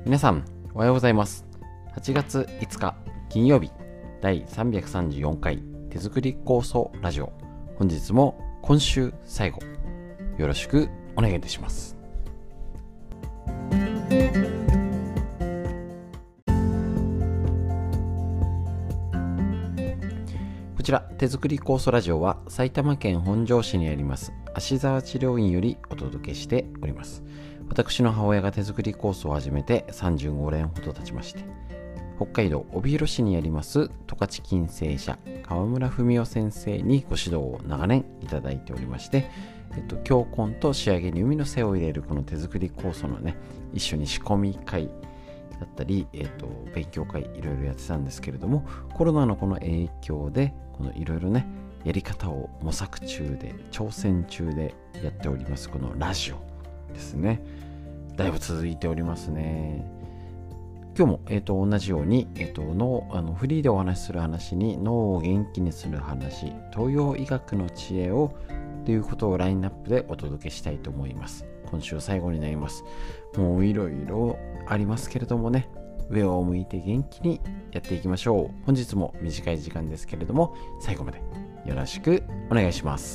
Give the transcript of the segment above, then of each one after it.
皆さんおはようございます。8月5日金曜日第334回手作り酵素ラジオ、本日も今週最後よろしくお願いいたします。こちら手作り酵素ラジオは埼玉県本庄市にあります芦沢治療院よりお届けしております。私の母親が手作り酵素を始めて35年ほど経ちまして、北海道帯広市にあります十勝金星社川村文夫先生にご指導を長年いただいておりまして、教根と仕上げに海の精を入れるこの手作り酵素のね、一緒に仕込み会だったり、勉強会いろいろやってたんですけれども、コロナのこの影響でこのいろいろねやり方を模索中で挑戦中でやっておりますこのラジオですね、だいぶ続いておりますね。今日も、同じように、フリーでお話しする話に脳を元気にする話、東洋医学の知恵をということをラインナップでお届けしたいと思います。今週最後になります。もういろいろありますけれどもね、上を向いて元気にやっていきましょう。本日も短い時間ですけれども、最後までよろしくお願いします。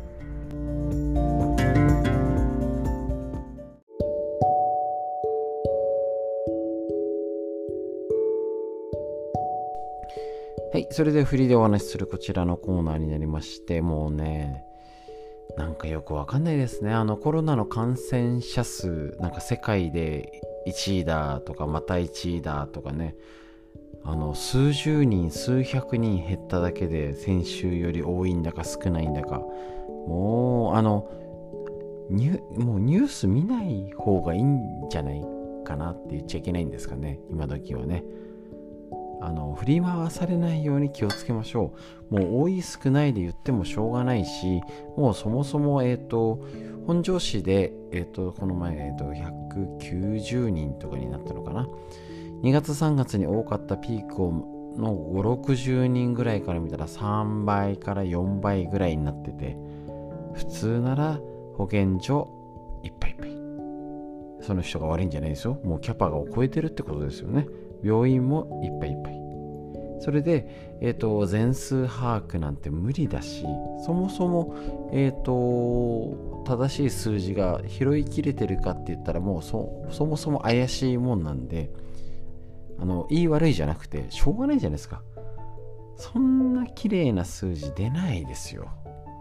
はい、それでフリーでお話しするこちらのコーナーになりまして、もうね、なんかよくわかんないですね。コロナの感染者数、なんか世界で1位だとか、また1位だとかね、数十人、数百人減っただけで先週より多いんだか少ないんだか、もうニュース見ない方がいいんじゃないかなって言っちゃいけないんですかね、今時はね。振り回されないように気をつけましょう。もう多い少ないで言ってもしょうがないし、もうそもそも本庄市でこの前190人とかになったのかな。2月3月に多かったピークの5、60人ぐらいから見たら3倍から4倍ぐらいになってて、普通なら保健所いっぱいいっぱい、その人が悪いんじゃないですよ。もうキャパが超えてるってことですよね。病院もいっぱいいっぱい。それで、全数把握なんて無理だし、そもそも、正しい数字が拾いきれてるかって言ったら、もうそもそも怪しいもんなんで、いい悪いじゃなくてしょうがないじゃないですか。そんな綺麗な数字出ないですよ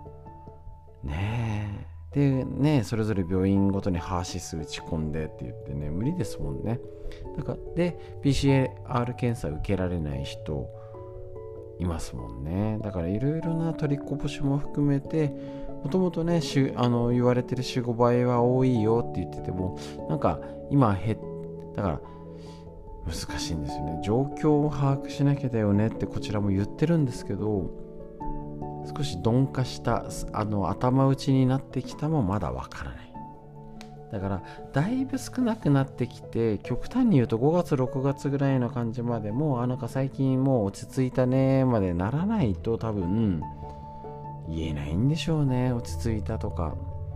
ね。でね、それぞれ病院ごとにハーシス打ち込んでって言ってね、無理ですもんね。だからで PCR 検査受けられない人いますもんね。だからいろいろな取りこぼしも含めて、もともとね言われてる 4,5 倍は多いよって言ってても、なんか今だから難しいんですよね。状況を把握しなきゃだよねってこちらも言ってるんですけど、少し鈍化した頭打ちになってきたもまだわからない。だからだいぶ少なくなってきて、極端に言うと5月6月ぐらいの感じまでもなんか最近もう落ち着いたねまでならないと多分言えないんでしょうね。落ち着いたとか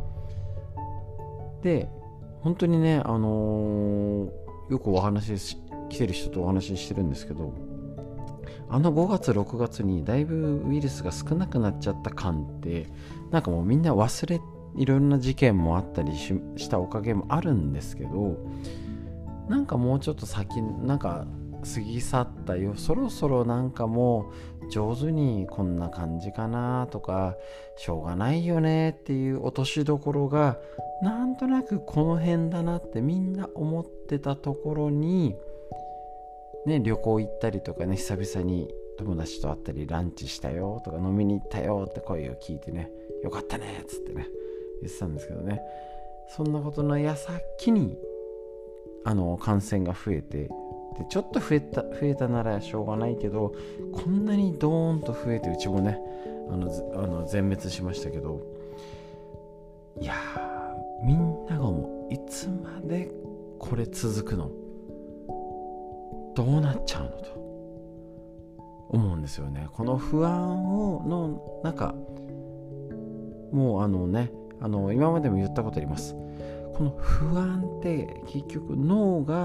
で、本当にねよくお話来てる人とお話ししてるんですけど、5月6月にだいぶウイルスが少なくなっちゃった感って、なんかもうみんないろんな事件もあったりしたおかげもあるんですけど、なんかもうちょっと先なんか過ぎ去ったよ、そろそろなんかもう上手にこんな感じかなとか、しょうがないよねっていう落としどころがなんとなくこの辺だなってみんな思ってたところにね、旅行行ったりとかね、久々に友達と会ったりランチしたよとか飲みに行ったよって声を聞いてね、よかったねっつってね言ってたんですけどね、そんなことの矢先に感染が増えて、でちょっと増えたならしょうがないけど、こんなにドーンと増えて、うちもね全滅しましたけど、いやみんなが思う、いつまでこれ続くの、どうなっちゃうのと思うんですよね。この不安の中、もう今までも言ったことあります。この不安って結局脳が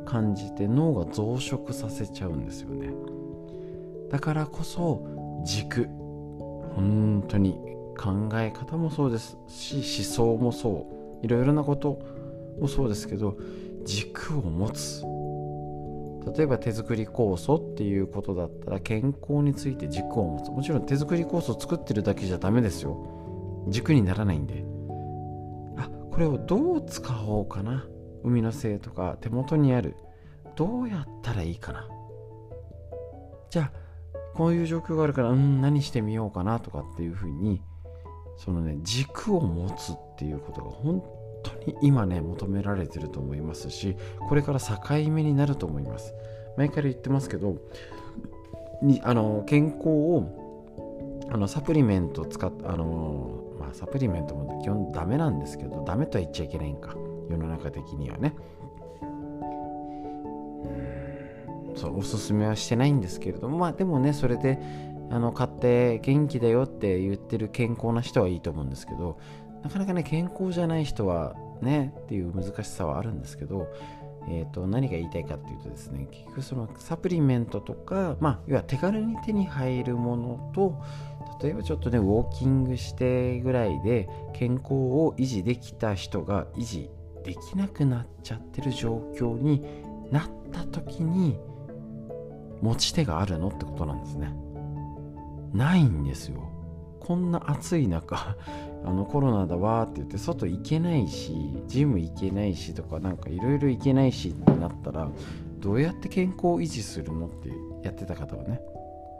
感じて脳が増殖させちゃうんですよね。だからこそ軸、本当に考え方もそうですし、思想もそう、いろいろなこともそうですけど、軸を持つ。例えば手作り酵素っていうことだったら、健康について軸を持つ。もちろん手作り酵素を作ってるだけじゃダメですよ。軸にならないんで、これをどう使おうかな、海の精とか手元にある、どうやったらいいかな、じゃあこういう状況があるから何してみようかなとかっていう風に、そのね、軸を持つっていうことが本当に今ね求められてると思いますし、これから境目になると思います。前から言ってますけど、健康をサプリメントを使っサプリメントも基本ダメなんですけど、ダメとは言っちゃいけないんか、世の中的にはね。そうおすすめはしてないんですけれども、でもね、それで買って元気だよって言ってる健康な人はいいと思うんですけど、なかなかね健康じゃない人はねっていう難しさはあるんですけど、何が言いたいかっていうとですね、結局そのサプリメントとか、要は手軽に手に入るものと、例えばちょっとねウォーキングしてぐらいで健康を維持できた人が維持できなくなっちゃってる状況になった時に、持ち手があるのってことなんですね。ないんですよ。こんな暑い中コロナだわって言って外行けないし、ジム行けないしとか、なんかいろいろ行けないしってなったら、どうやって健康を維持するのってやってた方はね、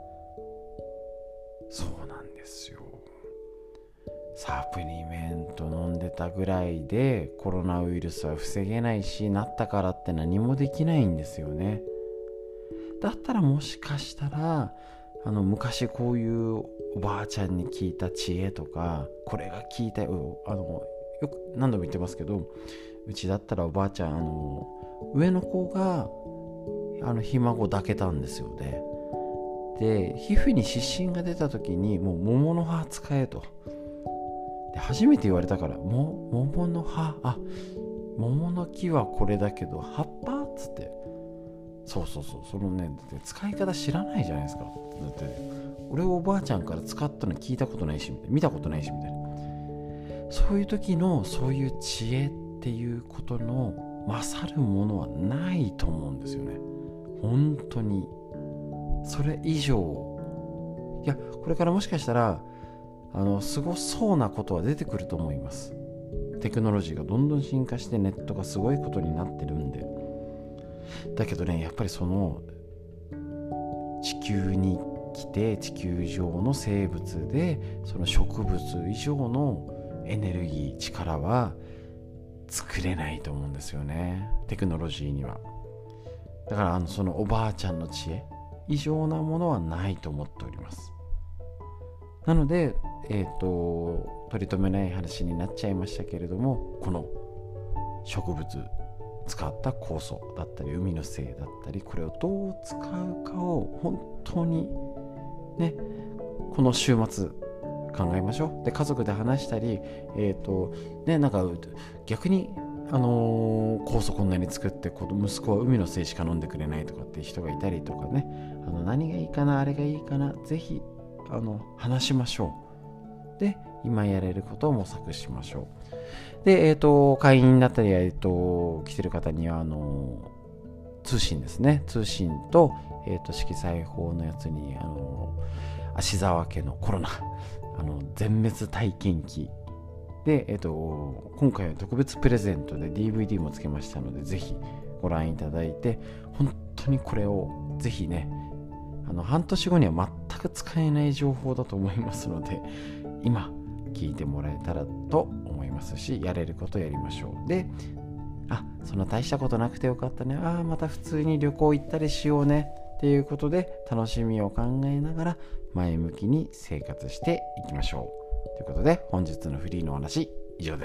そうなんですよ。サプリメント飲んでたぐらいでコロナウイルスは防げないし、なったからって何もできないんですよね。だったらもしかしたら昔こういうおばあちゃんに聞いた知恵とか、これが聞いたよ、よく何度も言ってますけど、うちだったらおばあちゃん上の子がひ孫抱けたんですよね。で皮膚に湿疹が出た時に、もう桃の葉使えと。で初めて言われたから、桃の葉、桃の木はこれだけど葉っぱっつって、そうそのね、使い方知らないじゃないですか。だって俺おばあちゃんから使ったの聞いたことないし、見たことないしみたいな。そういう時のそういう知恵っていうことの勝るものはないと思うんですよね。本当にそれ以上、いやこれからもしかしたらすごそうなことは出てくると思います。テクノロジーがどんどん進化してネットがすごいことになってるんで。だけどね、やっぱりその地球に来て、地球上の生物でその植物以上のエネルギー、力は作れないと思うんですよね、テクノロジーには。だからそのおばあちゃんの知恵以上なものはないと思っております。なので取り留めない話になっちゃいましたけれども、この植物使った酵素だったり海の精だったり、これをどう使うかを本当にね、この週末考えましょう。で家族で話したり、なんか逆に酵素こんなに作って息子は海の精しか飲んでくれないとかっていう人がいたりとかね、何がいいかな、あれがいいかな、ぜひ話しましょう。で今やれることを模索しましょう。で会員だったり来てる方には通信ですね、通信と色彩法のやつに芦沢家のコロナ全滅体験記で、今回は特別プレゼントで DVD もつけましたので、ぜひご覧いただいて、本当にこれをぜひね、半年後には全く使えない情報だと思いますので、今聞いてもらえたらと思いますし、やれることやりましょう。でそんな大したことなくてよかったね、また普通に旅行行ったりしようねっていうことで、楽しみを考えながら前向きに生活していきましょうということで、本日のフリーのお話以上です。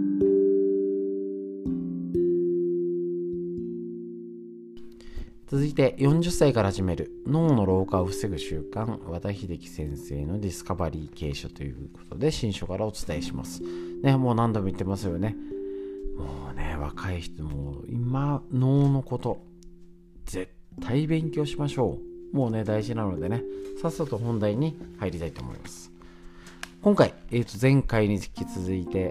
続いて40歳から始める脳の老化を防ぐ習慣、和田秀樹先生のディスカバリー継承ということで新書からお伝えしますね。もう何度も言ってますよね。もうね、若い人も今脳のこと絶対勉強しましょう。もうね、大事なのでね、さっさと本題に入りたいと思います。今回、前回に引き続いて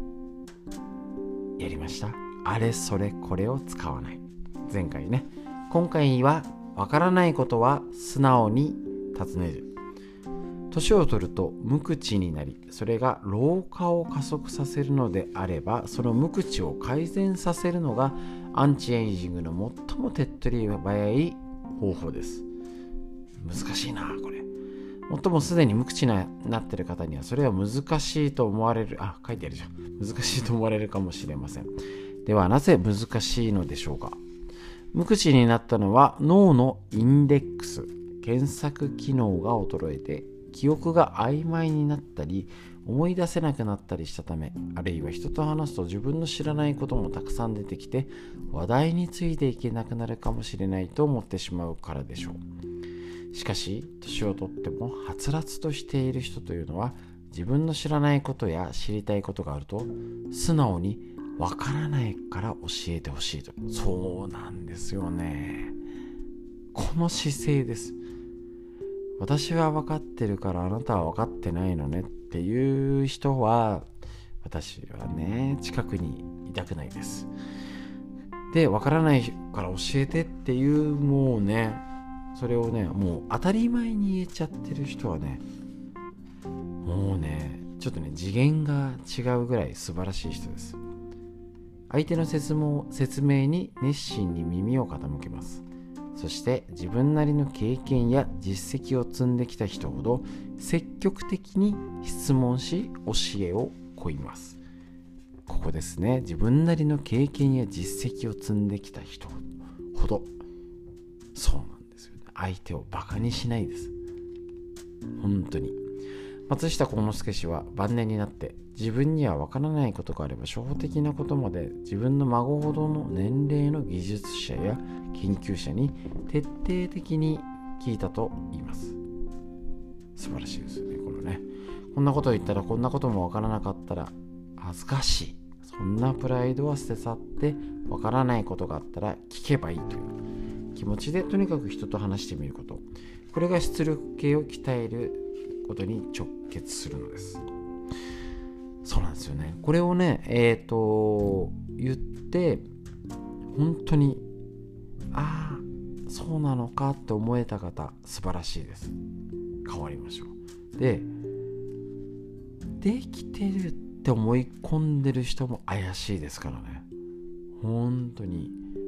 やりましたあれそれこれを使わない。前回ね。今回はわからないことは素直に尋ねる。年を取ると無口になり、それが老化を加速させるのであれば、その無口を改善させるのがアンチエイジングの最も手っ取り早い方法です。難しいなこれ。もっともすでに無口になっている方にはそれは難しいと思われる、書いてあるじゃん。難しいと思われるかもしれません。ではなぜ難しいのでしょうか。無口になったのは脳のインデックス、検索機能が衰えて記憶が曖昧になったり思い出せなくなったりしたため、あるいは人と話すと自分の知らないこともたくさん出てきて話題についていけなくなるかもしれないと思ってしまうからでしょう。しかし年をとってもはつらつとしている人というのは、自分の知らないことや知りたいことがあると素直にわからないから教えてほしいと。そうなんですよね。この姿勢です。私は分かってるからあなたは分かってないのねっていう人は、私はね、近くにいたくないです。で、分からないから教えてっていう、もうね、それをね、もう当たり前に言えちゃってる人はね、もうね、ちょっとね、次元が違うぐらい素晴らしい人です。相手の説明に熱心に耳を傾けます。そして自分なりの経験や実績を積んできた人ほど積極的に質問し教えを請います。ここですね。自分なりの経験や実績を積んできた人ほど、そうなんですよね。相手をバカにしないです。本当に。松下幸之助氏は晩年になって、自分には分からないことがあれば初歩的なことまで自分の孫ほどの年齢の技術者や研究者に徹底的に聞いたと言います。素晴らしいですよね。このね、こんなことを言ったらこんなことも分からなかったら恥ずかしい、そんなプライドは捨て去って分からないことがあったら聞けばいいという気持ちで、とにかく人と話してみること、これが出力系を鍛えることに直結するのです。そうなんですよね。これをね、言って本当にそうなのかって思えた方、素晴らしいです。変わりましょう。できてるって思い込んでる人も怪しいですからね。本当に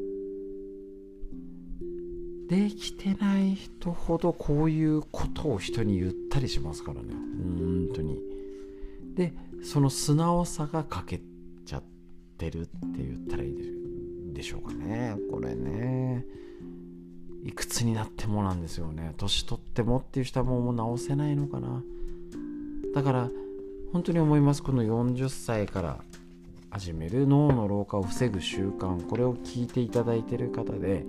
できてない人ほどこういうことを人に言ったりしますからね。本当に。でその素直さが欠けちゃってるって言ったらいいでしょうかね。これね、いくつになってもなんですよね。年取ってもっていう人はもう直せないのかな。だから本当に思います。この40歳から始める脳の老化を防ぐ習慣、これを聞いていただいている方で、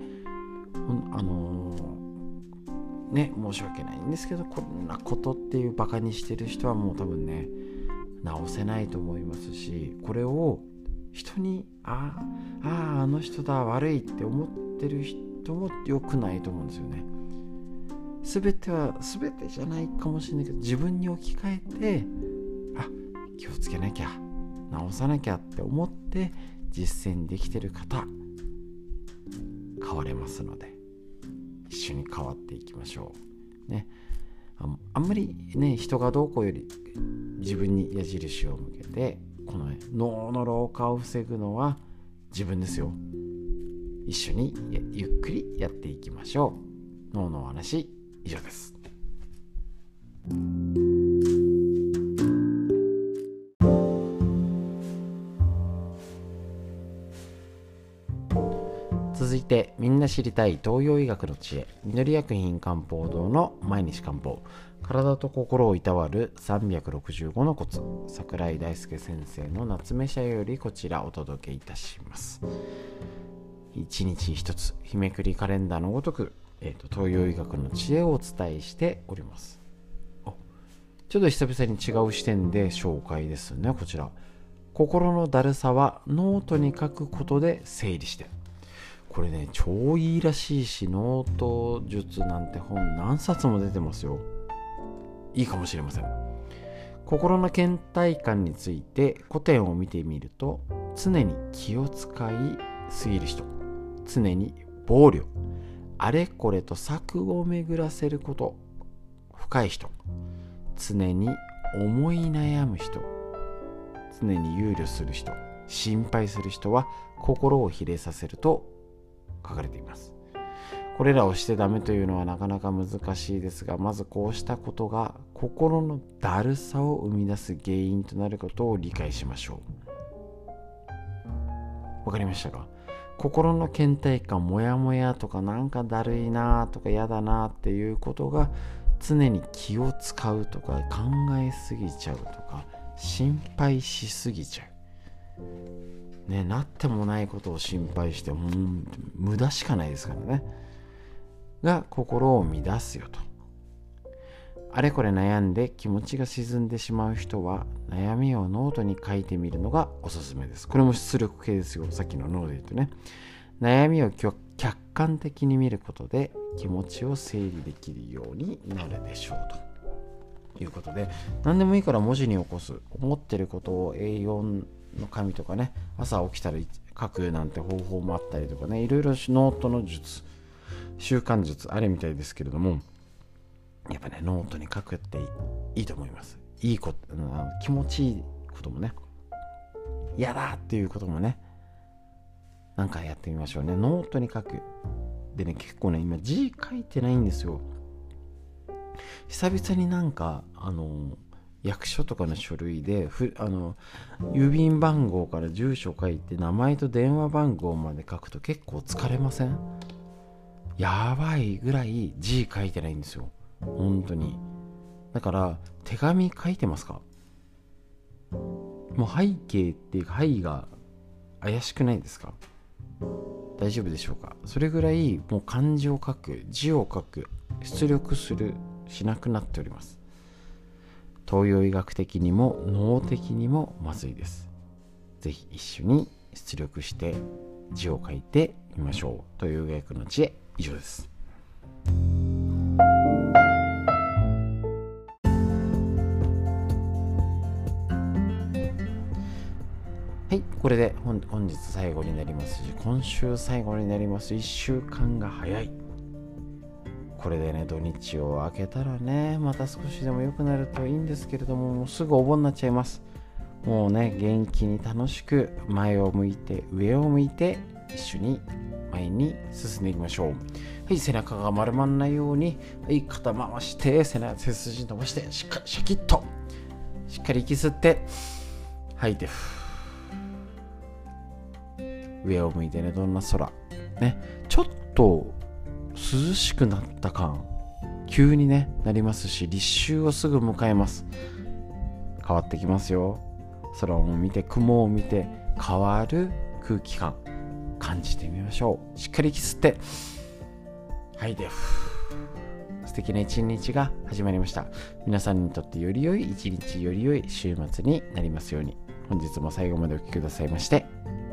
申し訳ないんですけど、こんなことっていうバカにしてる人はもう多分ね、直せないと思いますし、これを人にあの人だ悪いって思ってる人も良くないと思うんですよね。全てじゃないかもしれないけど、自分に置き換えて気をつけなきゃ、直さなきゃって思って実践できてる方、変われますので一緒に変わっていきましょうね。あんまりね、人がどうこうより自分に矢印を向けて、この脳の老化を防ぐのは自分ですよ。一緒にゆっくりやっていきましょう。脳のお話、以上です。続いて、みんな知りたい東洋医学の知恵、緑薬品漢方堂の毎日漢方、体と心をいたわる365のコツ、櫻井大輔先生の夏目社よりこちらお届けいたします。 一日一つ日めくりカレンダーのごとく、東洋医学の知恵をお伝えしております。ちょっと久々に違う視点で紹介ですね。こちら、心のだるさはノートに書くことで整理して。これね、超いいらしいし、ノート術なんて本何冊も出てますよ。いいかもしれません。心の倦怠感について古典を見てみると、常に気を使いすぎる人、常に暴慮、あれこれと策を巡らせること、深い人、常に思い悩む人、常に憂慮する人、心配する人は心を比例させると書かれています。これらをしてダメというのはなかなか難しいですが、まずこうしたことが心のだるさを生み出す原因となることを理解しましょう。わかりましたか？心の倦怠感、モヤモヤとか、なんかだるいなとか嫌だなっていうことが、常に気を使うとか、考えすぎちゃうとか、心配しすぎちゃうね、なってもないことを心配して無駄しかないですからね、が心を乱すよと。あれこれ悩んで気持ちが沈んでしまう人は、悩みをノートに書いてみるのがおすすめです。これも出力系ですよ。さっきの脳で言うとね、悩みを客観的に見ることで気持ちを整理できるようになるでしょうということで、何でもいいから文字に起こす。思ってることを A4 の紙とかね、朝起きたら書くなんて方法もあったりとかね、いろいろノートの術、習慣術あるみたいですけれども、やっぱね、ノートに書くっていいと思います。いいこと、気持ちいいこともね、嫌だっていうこともね、なんかやってみましょうね。ノートに書く。でね、結構ね、今字書いてないんですよ。久々になんか役所とかの書類で郵便番号から住所書いて、名前と電話番号まで書くと結構疲れません？やばいぐらい字書いてないんですよ、本当に。だから手紙書いてますか？もう背景っていうか背が怪しくないですか？大丈夫でしょうか？それぐらいもう漢字を書く、字を書く、出力するしなくなっております。東洋医学的にも脳的にもまずいです。ぜひ一緒に出力して字を書いてみましょう。東洋医学の知恵、以上です。はい、これで本日最後になりますし、今週最後になります。1週間が早い。これでね、土日を明けたらね、また少しでも良くなるといいんですけれども、もうすぐお盆になっちゃいます。もうね、元気に楽しく前を向いて上を向いて一緒に前に進んでいきましょう。はい、背中が丸まんないように、はい、肩回して背筋伸ばしてシャキッとしっかり息吸って吐いて、上を向いてね、どんな空ね、ちょっと涼しくなった感急にねなりますし、立秋をすぐ迎えます。変わってきますよ。空を見て雲を見て変わる空気感感じてみましょう。しっかり息吸って吐いて、素敵な一日が始まりました。皆さんにとってより良い一日、より良い週末になりますように。本日も最後までお聞きくださいまして